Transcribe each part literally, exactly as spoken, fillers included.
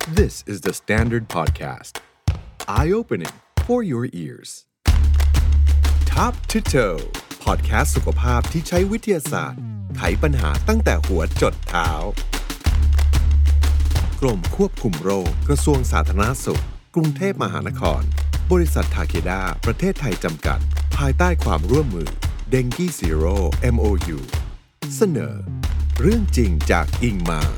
This is the Standard Podcast. Eye-opening for your ears. Top to Toe Podcast สุขภาพที่ใช้วิทยาศาสตร์ไขปัญหาตั้งแต่หัวจดเท้ากรมควบคุมโรคกระทรวงสาธารณสุขกรุงเทพมหานครบริษัททาเคดาประเทศไทยจำกัดภายใต้ความร่วมมือ Dengue Zero เอ็ม โอ ยู เสนอเรื่องจริงจากอิงมา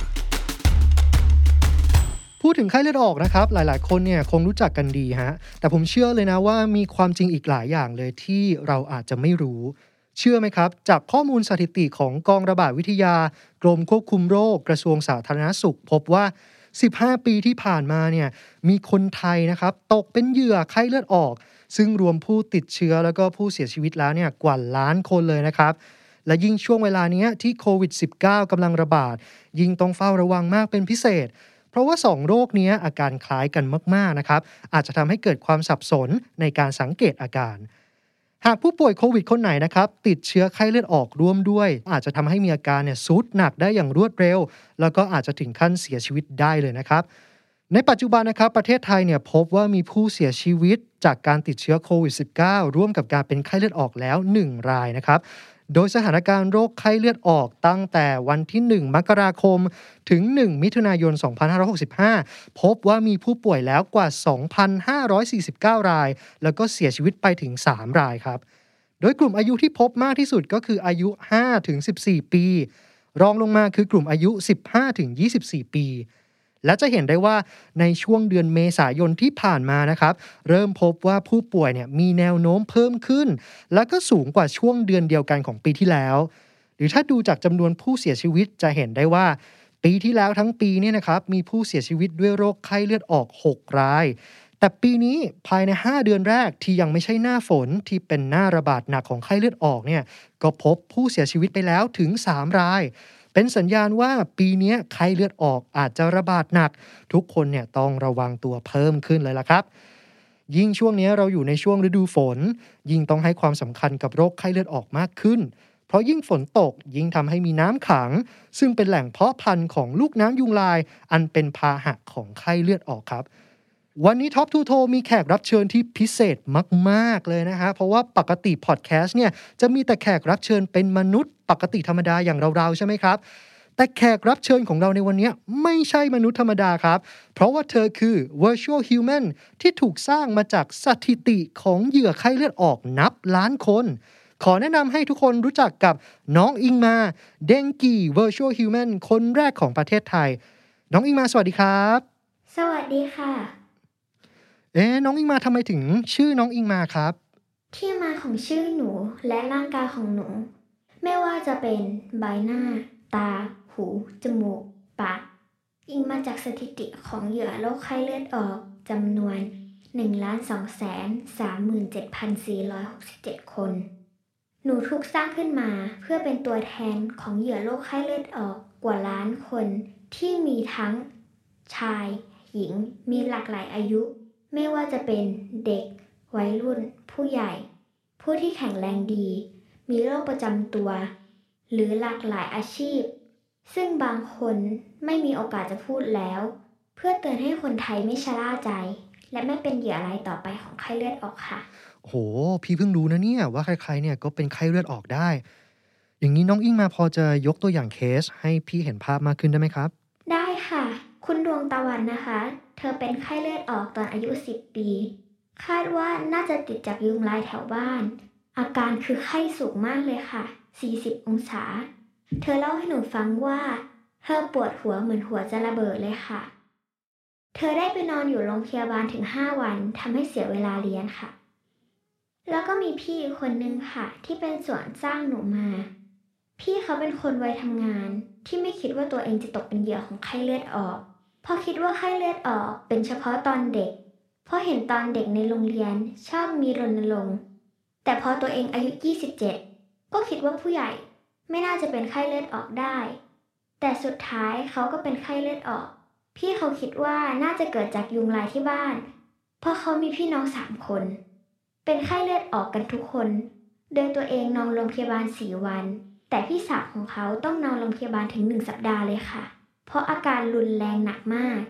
พูดถึงไข้เลือดออกนะครับหลายๆคนเนี่ยคงรู้จักกันดีฮะแต่ผมเชื่อเลยนะว่ามีความจริงอีกหลายอย่างเลยที่เราอาจจะไม่รู้เชื่อไหมครับจากข้อมูลสถิติของกองระบาดวิทยากรมควบคุมโรคกระทรวงสาธารณสุขพบว่าสิบห้าปีที่ผ่านมาเนี่ยมีคนไทยนะครับตกเป็นเหยื่อไข้เลือดออกซึ่งรวมผู้ติดเชื้อแล้วก็ผู้เสียชีวิตแล้วเนี่ยกว่าล้านคนเลยนะครับและยิ่งช่วงเวลานี้ที่โควิด สิบเก้า กำลังระบาดยิ่งต้องเฝ้าระวังมากเป็นพิเศษเพราะว่าสองโรคนี้อาการคล้ายกันมากๆนะครับอาจจะทำให้เกิดความสับสนในการสังเกตอาการหากผู้ป่วยโควิดคนไหนนะครับติดเชื้อไข้เลือดออกร่วมด้วยอาจจะทำให้มีอาการเนี่ยทรุดหนักได้อย่างรวดเร็วแล้วก็อาจจะถึงขั้นเสียชีวิตได้เลยนะครับในปัจจุบันนะครับประเทศไทยเนี่ยพบว่ามีผู้เสียชีวิตจากการติดเชื้อโควิด สิบเก้า ร่วมกับการเป็นไข้เลือดออกแล้วหนึ่งรายนะครับโดยสถานการณ์โรคไข้เลือดออกตั้งแต่วันที่หนึ่งมกราคมถึงหนึ่งมิถุนายนสองพันห้าร้อยหกสิบห้าพบว่ามีผู้ป่วยแล้วกว่า สองพันห้าร้อยสี่สิบเก้า รายแล้วก็เสียชีวิตไปถึงสามรายครับโดยกลุ่มอายุที่พบมากที่สุดก็คืออายุ ห้าถึงสิบสี่ ปีรองลงมาคือกลุ่มอายุ สิบห้าถึงยี่สิบสี่ ปีและจะเห็นได้ว่าในช่วงเดือนเมษายนที่ผ่านมานะครับเริ่มพบว่าผู้ป่วยเนี่ยมีแนวโน้มเพิ่มขึ้นและก็สูงกว่าช่วงเดือนเดียวกันของปีที่แล้วหรือถ้าดูจากจำนวนผู้เสียชีวิตจะเห็นได้ว่าปีที่แล้วทั้งปีเนี่ยนะครับมีผู้เสียชีวิตด้วยโรคไข้เลือดออกหกรายแต่ปีนี้ภายในห้าเดือนแรกที่ยังไม่ใช่หน้าฝนที่เป็นหน้าระบาดหนักของไข้เลือดออกเนี่ยก็พบผู้เสียชีวิตไปแล้วถึงสามรายเป็นสัญญาณว่าปีนี้ไข้เลือดออกอาจจะระบาดหนักทุกคนเนี่ยต้องระวังตัวเพิ่มขึ้นเลยล่ะครับยิ่งช่วงนี้เราอยู่ในช่วงฤดูฝนยิ่งต้องให้ความสำคัญกับโรคไข้เลือดออกมากขึ้นเพราะยิ่งฝนตกยิ่งทำให้มีน้ำขังซึ่งเป็นแหล่งเพาะพันธุ์ของลูกน้ำยุงลายอันเป็นพาหะของไข้เลือดออกครับวันนี้ Top ทู Toe มีแขกรับเชิญที่พิเศษมากๆเลยนะฮะเพราะว่าปกติพอดแคสต์เนี่ยจะมีแต่แขกรับเชิญเป็นมนุษย์ปกติธรรมดาอย่างเราๆใช่ไหมครับแต่แขกรับเชิญของเราในวันนี้ไม่ใช่มนุษย์ธรรมดาครับเพราะว่าเธอคือ Virtual Human ที่ถูกสร้างมาจากสถิติของเหยื่อไข้เลือดออกนับล้านคนขอแนะนำให้ทุกคนรู้จักกับน้องอิงมาเดงกี Virtual Human คนแรกของประเทศไทยน้องอิงมาสวัสดีครับสวัสดีค่ะเอ๊ะน้องอิงมาทำไมถึงชื่อน้องอิงมาครับที่มาของชื่อหนูและร่างกายของหนูไม่ว่าจะเป็นใบหน้าตาหูจมูกปากอิงมาจากสถิติของเหยื่อโรคไข้เลือดออกจำนวน หนึ่งล้านสองแสนสามหมื่นเจ็ดพันสี่ร้อยหกสิบเจ็ด คนหนูถูกสร้างขึ้นมาเพื่อเป็นตัวแทนของเหยื่อโรคไข้เลือดออกกว่าล้านคนที่มีทั้งชายหญิงมีหลากหลายอายุไม่ว่าจะเป็นเด็กวัยรุ่นผู้ใหญ่ผู้ที่แข็งแรงดีมีโรคประจำตัวหรือหลากหลายอาชีพซึ่งบางคนไม่มีโอกาสจะพูดแล้วเพื่อเตือนให้คนไทยไม่ชะล่าใจและไม่เป็นเหยื่อรายต่อไปของไข้เลือดออกค่ะโหพี่เพิ่งรู้นะเนี่ยว่าใครๆเนี่ยก็เป็นไข้เลือดออกได้อย่างนี้น้องอิงมาพอจะยกตัวอย่างเคสให้พี่เห็นภาพมากขึ้นได้ไหมครับได้ค่ะคุณดวงตะวันนะคะเธอเป็นไข้เลือดออกตอนอายุสิบปีคาดว่าน่าจะติดจากยุงลายแถวบ้านอาการคือไข้สูงมากเลยค่ะสี่สิบองศาเธอเล่าให้หนูฟังว่าเธอปวดหัวเหมือนหัวจะระเบิดเลยค่ะเธอได้ไปนอนอยู่โรงพยาบาลถึงห้าวันทำให้เสียเวลาเรียนค่ะแล้วก็มีพี่คนนึงค่ะที่เป็นส่วนสร้างหนูมาพี่เขาเป็นคนวัยทำงานที่ไม่คิดว่าตัวเองจะตกเป็นเหยื่อของไข้เลือดออกเพราะคิดว่าไข้เลือดออกเป็นเฉพาะตอนเด็กเพราะเห็นตอนเด็กในโรงเรียนชอบมีรณรงค์แต่พอตัวเองอายุยี่สิบเจ็ดก็คิดว่าผู้ใหญ่ไม่น่าจะเป็นไข้เลือดออกได้แต่สุดท้ายเขาก็เป็นไข้เลือดออกพี่เขาคิดว่าน่าจะเกิดจากยุงลายที่บ้านเพราะเขามีพี่น้องสามคนเป็นไข้เลือดออกกันทุกคนโดยตัวเองนอนโรงพยาบาลสี่วันแต่พี่สาวของเขาต้องนอนโรงพยาบาลถึงหนึ่งสัปดาห์เลยค่ะเพราะอาการรุนแรงหนักมาก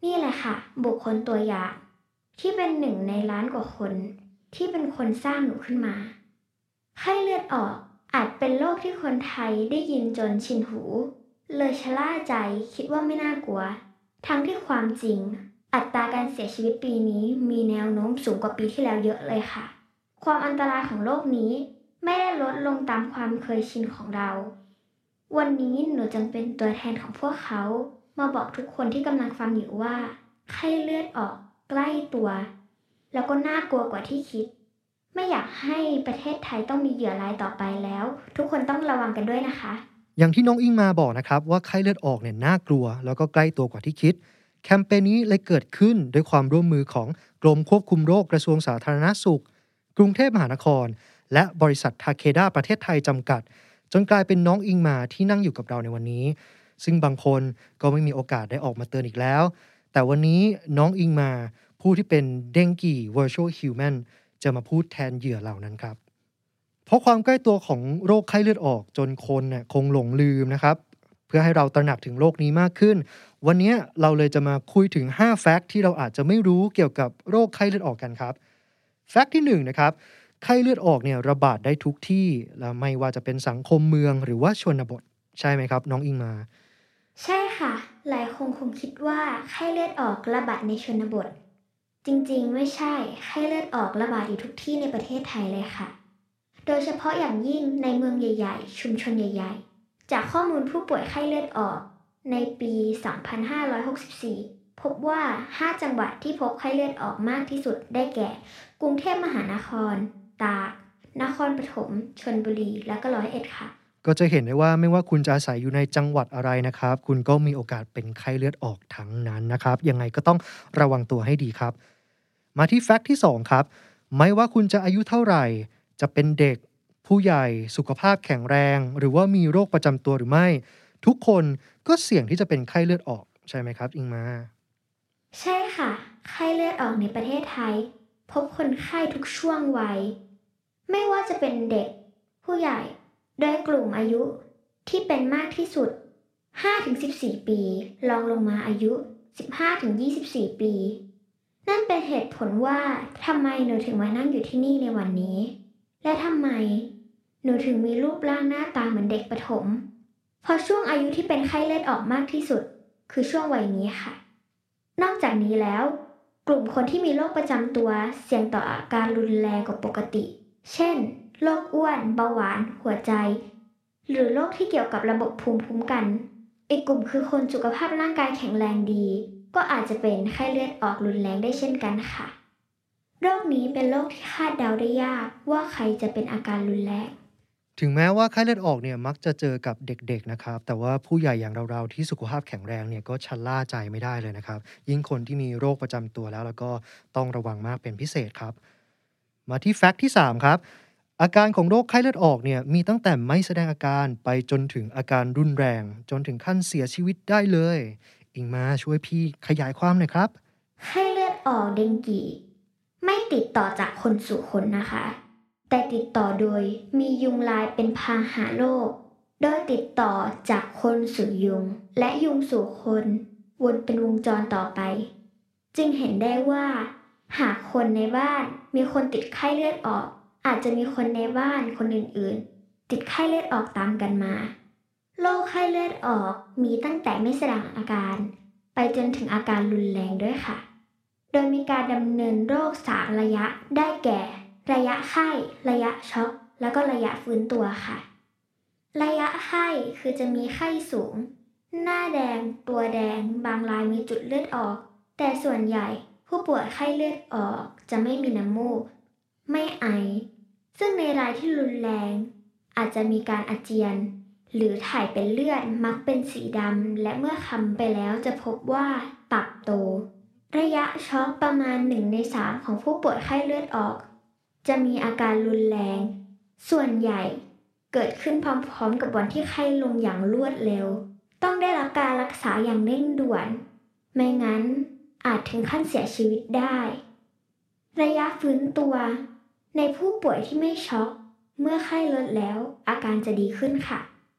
นี่แหละค่ะบุคคลตัวอย่างที่เป็นหนึ่งในล้านกว่าคนที่เป็นคนสร้างหนูขึ้นมาไข้เลือดออกอาจเป็นโรคที่คนไทยได้ยินจนชินหูเลยชะล่าใจคิดว่าไม่น่ากลัวทั้งที่ความจริงอัตราการเสียชีวิตปีนี้มีแนวโน้มสูงกว่าปีที่แล้วเยอะเลยค่ะความอันตรายของโรคนี้ไม่ได้ลดลงตามความเคยชินของเราวันนี้หนูจึงเป็นตัวแทนของพวกเขามาบอกทุกคนที่กำลังฟังอยู่ว่าไข้เลือดออกใกล้ตัวแล้วก็น่ากลัวกว่าที่คิดไม่อยากให้ประเทศไทยต้องมีเหยื่อรายต่อไปแล้วทุกคนต้องระวังกันด้วยนะคะอย่างที่น้องอิงมาบอกนะครับว่าไข้เลือดออกเนี่ยน่ากลัวแล้วก็ใกล้ตัวกว่าที่คิดแคมเปญนี้เลยเกิดขึ้นด้วยความร่วมมือของกรมควบคุมโรคกระทรวงสาธารณสุขกรุงเทพมหานครและบริษัททาเคด้าประเทศไทยจำกัดจนกลายเป็นน้องอิงมาที่นั่งอยู่กับเราในวันนี้ซึ่งบางคนก็ไม่มีโอกาสได้ออกมาเตือนอีกแล้วแต่วันนี้น้องอิงมาผู้ที่เป็นเด้งกี่ Virtual Human จะมาพูดแทนเหยื่อเหล่านั้นครับเพราะความใกล้ตัวของโรคไข้เลือดออกจนคนเนี่ยคงหลงลืมนะครับเพื่อให้เราตระหนักถึงโรคนี้มากขึ้นวันนี้เราเลยจะมาคุยถึงห้าแฟกต์ที่เราอาจจะไม่รู้เกี่ยวกับโรคไข้เลือดออกกันครับแฟกต์ที่หนึ่งนะครับไข้เลือดออกเนี่ยระบาดได้ทุกที่และไม่ว่าจะเป็นสังคมเมืองหรือว่าชนบทใช่ไหมครับน้องอิงมาใช่ค่ะหลายคนคงคิดว่าไข้เลือดออกระบาดในชนบทจริงๆไม่ใช่ไข้เลือดออกระบาดอยู่ทุกที่ในประเทศไทยเลยค่ะโดยเฉพาะอย่างยิ่งในเมืองใหญ่ๆชุมชนใหญ่ๆจากข้อมูลผู้ป่วยไข้เลือดออกในปี สองพันห้าร้อยหกสิบสี่ พบว่าห้าจังหวัดที่พบไข้เลือดออกมากที่สุดได้แก่กรุงเทพมหานครตากนครปฐมชลบุรีและก็ร้อยเอ็ดค่ะก็จะเห็นได้ว่าไม่ว่าคุณจะอาศัยอยู่ในจังหวัดอะไรนะครับคุณก็มีโอกาสเป็นไข้เลือดออกทั้งนั้นนะครับยังไงก็ต้องระวังตัวให้ดีครับมาที่แฟกต์ที่สองครับไม่ว่าคุณจะอายุเท่าไหร่จะเป็นเด็กผู้ใหญ่สุขภาพแข็งแรงหรือว่ามีโรคประจำตัวหรือไม่ทุกคนก็เสี่ยงที่จะเป็นไข้เลือดออกใช่ไหมครับอิงมาใช่ค่ะไข้เลือดออกในประเทศไทยพบคนไข้ทุกช่วงวัยไม่ว่าจะเป็นเด็กผู้ใหญ่โดยกลุ่มอายุที่เป็นมากที่สุด ห้าถึงสิบสี่ ปีรองลงมาอายุ สิบห้าถึงยี่สิบสี่ ปีนั่นเป็นเหตุผลว่าทำไมหนูถึงมานั่งอยู่ที่นี่ในวันนี้และทำไมหนูถึงมีรูปร่างหน้าตาเหมือนเด็กประถมเพราะช่วงอายุที่เป็นไข้เลือดออกมากที่สุดคือช่วงวัยนี้ค่ะนอกจากนี้แล้วกลุ่มคนที่มีโรคประจำตัวเสี่ยงต่ออาการรุนแรงกว่าปกติเช่นโรคอ้วนเบาหวานหัวใจหรือโรคที่เกี่ยวกับระบบภูมิคุ้มกันอีกกลุ่มคือคนสุขภาพร่างกายแข็งแรงดีก็อาจจะเป็นไข้เลือดออกรุนแรงได้เช่นกันค่ะโรคนี้เป็นโรคที่คาดเดาได้ยากว่าใครจะเป็นอาการรุนแรงถึงแม้ว่าไข้เลือดออกเนี่ยมักจะเจอกับเด็กๆนะครับแต่ว่าผู้ใหญ่อย่างเราๆที่สุขภาพแข็งแรงเนี่ยก็ชะล่าใจไม่ได้เลยนะครับยิ่งคนที่มีโรคประจำตัวแล้วแล้วก็ต้องระวังมากเป็นพิเศษครับมาที่แฟกต์ที่สามครับอาการของโรคไข้เลือดออกเนี่ยมีตั้งแต่ไม่แสดงอาการไปจนถึงอาการรุนแรงจนถึงขั้นเสียชีวิตได้เลยอิงมาช่วยพี่ขยายความหน่อยครับไข้เลือดออกเดงกีไม่ติดต่อจากคนสู่คนนะคะแต่ติดต่อโดยมียุงลายเป็นพาหะโรคโดยติดต่อจากคนสู่ยุงและยุงสู่คนวนเป็นวงจรต่อไปจึงเห็นได้ว่าหากคนในบ้านมีคนติดไข้เลือดออกอาจจะมีคนในบ้านคนอื่นๆติดไข้เลือดออกตามกันมาโรคไข้เลือดออกมีตั้งแต่ไม่แสดงอาการไปจนถึงอาการรุนแรงด้วยค่ะโดยมีการดำเนินโรคสามระยะได้แก่ระยะไข้ระยะช็อกแล้วก็ระยะฟื้นตัวค่ะระยะไข้คือจะมีไข้สูงหน้าแดงตัวแดงบางรายมีจุดเลือดออกแต่ส่วนใหญ่ผู้ป่วยไข้เลือดออกจะไม่มีน้ำมูกไม่ไอซึ่งในรายที่รุนแรงอาจจะมีการอาเจียนหรือถ่ายเป็นเลือดมักเป็นสีดำและเมื่อคำไปแล้วจะพบว่าตับโตระยะช็อกประมาณหนึ่งในสามของผู้ป่วยไข้เลือดออกจะมีอาการรุนแรงส่วนใหญ่เกิดขึ้นพร้อมๆกับวันที่ไข้ลงอย่างรวดเร็วต้องได้รับการรักษาอย่างเร่งด่วนไม่งั้นอาจถึงขั้นเสียชีวิตได้ระยะฟื้นตัวในผู้ป่วยที่ไม่ช็อกเมื่อไข้ลดแล้วอาการจะดีขึ้นค่ะ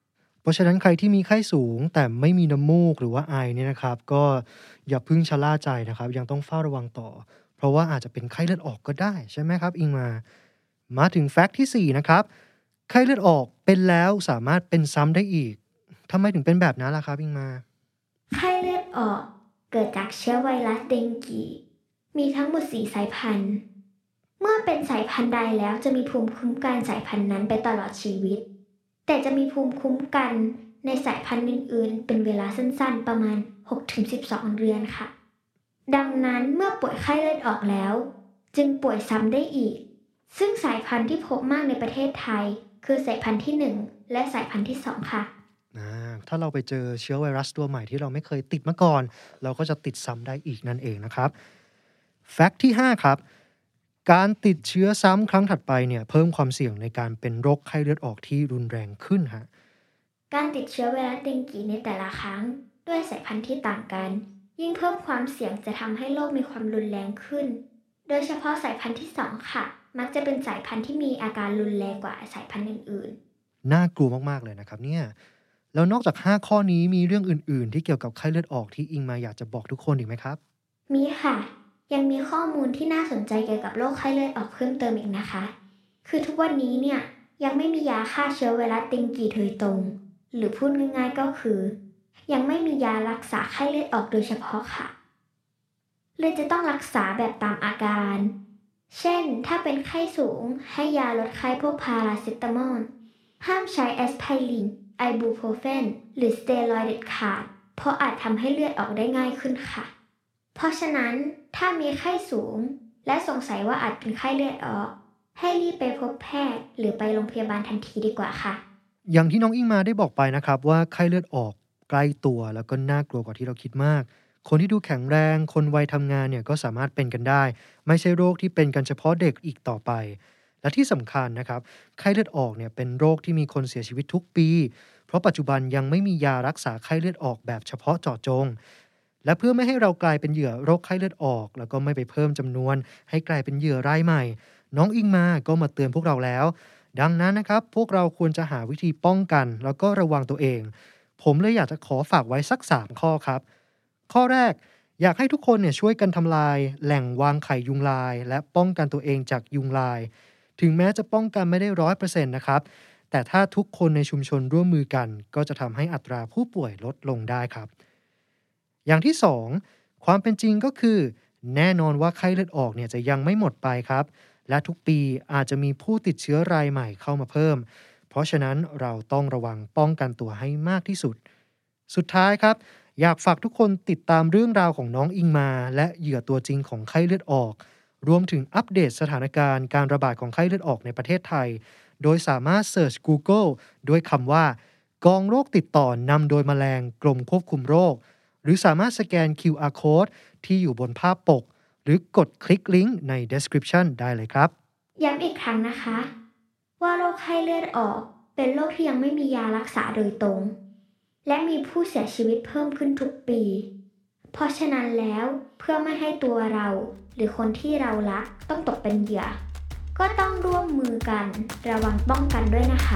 เพราะฉะนั้นใครที่มีไข้สูงแต่ไม่มีน้ำมูกหรือว่าไอเนี่ยนะครับก็อย่าเพิ่งชะล่าใจนะครับยังต้องเฝ้าระวังต่อเพราะว่าอาจจะเป็นไข้เลือดออกก็ได้ใช่ไหมครับอิงมามาถึงแฟกต์ที่สี่นะครับไข้เลือดออกเป็นแล้วสามารถเป็นซ้ำได้อีกทำไมถึงเป็นแบบนั้นล่ะครับอิงมาไข้เลือดออกเกิดจากเชื้อไวรัสเดงกีมีทั้งหมดสี่สายพันธุ์เมื่อเป็นสายพันธุ์ใดแล้วจะมีภูมิคุ้มกันสายพันธุ์นั้นไปตลอดชีวิตแต่จะมีภูมิคุ้มกันในสายพันธุ์อื่นๆเป็นเวลาสั้นๆประมาณ หกถึงสิบสอง เดือนค่ะดังนั้นเมื่อป่วยไข้เลือดออกแล้วจึงป่วยซ้ำได้อีกซึ่งสายพันธุ์ที่พบมากในประเทศไทยคือสายพันธุ์ที่หนึ่งและสายพันธุ์ที่สองค่ะถ้าเราไปเจอเชื้อไวรัสตัวใหม่ที่เราไม่เคยติดมาก่อนเราก็จะติดซ้ำได้อีกนั่นเองนะครับแฟกต์ที่ห้าครับการติดเชื้อซ้ำครั้งถัดไปเนี่ยเพิ่มความเสี่ยงในการเป็นโรคไข้เลือดออกที่รุนแรงขึ้นฮะการติดเชื้อไวรัสเดงกีในแต่ละครั้งด้วยสายพันธุ์ที่ต่างกันยิ่งเพิ่มความเสี่ยงจะทำให้โรคมีความรุนแรงขึ้นโดยเฉพาะสายพันธุ์ที่สองค่ะมักจะเป็นสายพันธุ์ที่มีอาการรุนแรงกว่าสายพันธุ์อื่นๆน่ากลัวมากๆเลยนะครับเนี่ยแล้วนอกจากห้าข้อนี้มีเรื่องอื่นๆที่เกี่ยวกับไข้เลือดออกที่อิงมาอยากจะบอกทุกคนอีกไหมครับมีค่ะยังมีข้อมูลที่น่าสนใจเกี่ยวกับโรคไข้เลือดออกเพิ่มเติมอีกนะคะคือทุกวันนี้เนี่ยยังไม่มียาฆ่าเชื้อไวรัสเดงกีโดยตรงหรือพูดง่ายๆก็คือยังไม่มียารักษาไข้เลือดออกโดยเฉพาะค่ะเลยจะต้องรักษาแบบตามอาการเช่นถ้าเป็นไข้สูงให้ยาลดไข้พวกพาราเซตามอลห้ามใช้แอสไพรินไอบูโพรเฟนหรือสเตียรอยด์เด็ดขาดเพราะอาจทำให้เลือดออกได้ง่ายขึ้นค่ะเพราะฉะนั้นถ้ามีไข้สูงและสงสัยว่าอาจเป็นไข้เลือดออกให้รีบไปพบแพทย์หรือไปโรงพยาบาลทันทีดีกว่าค่ะอย่างที่น้องอิงมาได้บอกไปนะครับว่าไข้เลือดออกใกล้ตัวแล้วก็น่ากลัวกว่าที่เราคิดมากคนที่ดูแข็งแรงคนวัยทำงานเนี่ยก็สามารถเป็นกันได้ไม่ใช่โรคที่เป็นกันเฉพาะเด็กอีกต่อไปและที่สำคัญนะครับไข้เลือดออกเนี่ยเป็นโรคที่มีคนเสียชีวิตทุกปีเพราะปัจจุบันยังไม่มียารักษาไข้เลือดออกแบบเฉพาะเจาะจงและเพื่อไม่ให้เรากลายเป็นเหยื่อโรคไข้เลือดออกแล้วก็ไม่ไปเพิ่มจำนวนให้กลายเป็นเหยื่อรายใหม่น้องอิงมาก็มาเตือนพวกเราแล้วดังนั้นนะครับพวกเราควรจะหาวิธีป้องกันแล้วก็ระวังตัวเองผมเลยอยากจะขอฝากไว้สักสามข้อครับข้อแรกอยากให้ทุกคนเนี่ยช่วยกันทำลายแหล่งวางไข่ยุงลายและป้องกันตัวเองจากยุงลายถึงแม้จะป้องกันไม่ได้ ร้อยเปอร์เซ็นต์ นะครับแต่ถ้าทุกคนในชุมชนร่วมมือกันก็จะทำให้อัตราผู้ป่วยลดลงได้ครับอย่างที่สองความเป็นจริงก็คือแน่นอนว่าไข้เลือดออกเนี่ยจะยังไม่หมดไปครับและทุกปีอาจจะมีผู้ติดเชื้อรายใหม่เข้ามาเพิ่มเพราะฉะนั้นเราต้องระวังป้องกันตัวให้มากที่สุดสุดท้ายครับอยากฝากทุกคนติดตามเรื่องราวของน้องอิงมาและเหยื่อตัวจริงของไข้เลือดออกรวมถึงอัปเดตสถานการณ์การระบาดของไข้เลือดออกในประเทศไทยโดยสามารถเสิร์ช Google ด้วยคำว่ากองโรคติดต่อนำโดยแมลงกรมควบคุมโรคหรือสามารถสแกน คิว อาร์ Code ที่อยู่บนภาพปกหรือกดคลิกลิงก์ใน description ได้เลยครับย้ำอีกครั้งนะคะว่าโรคไข้เลือดออกเป็นโรคที่ยังไม่มียารักษาโดยตรงและมีผู้เสียชีวิตเพิ่มขึ้นทุกปีเพราะฉะนั้นแล้วเพื่อไม่ให้ตัวเราหรือคนที่เรารักต้องตกเป็นเหยื่อก็ต้องร่วมมือกันระวังป้องกันด้วยนะคะ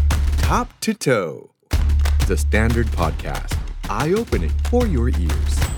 Top to Toe The Standard Podcast Eye Opening for Your Ears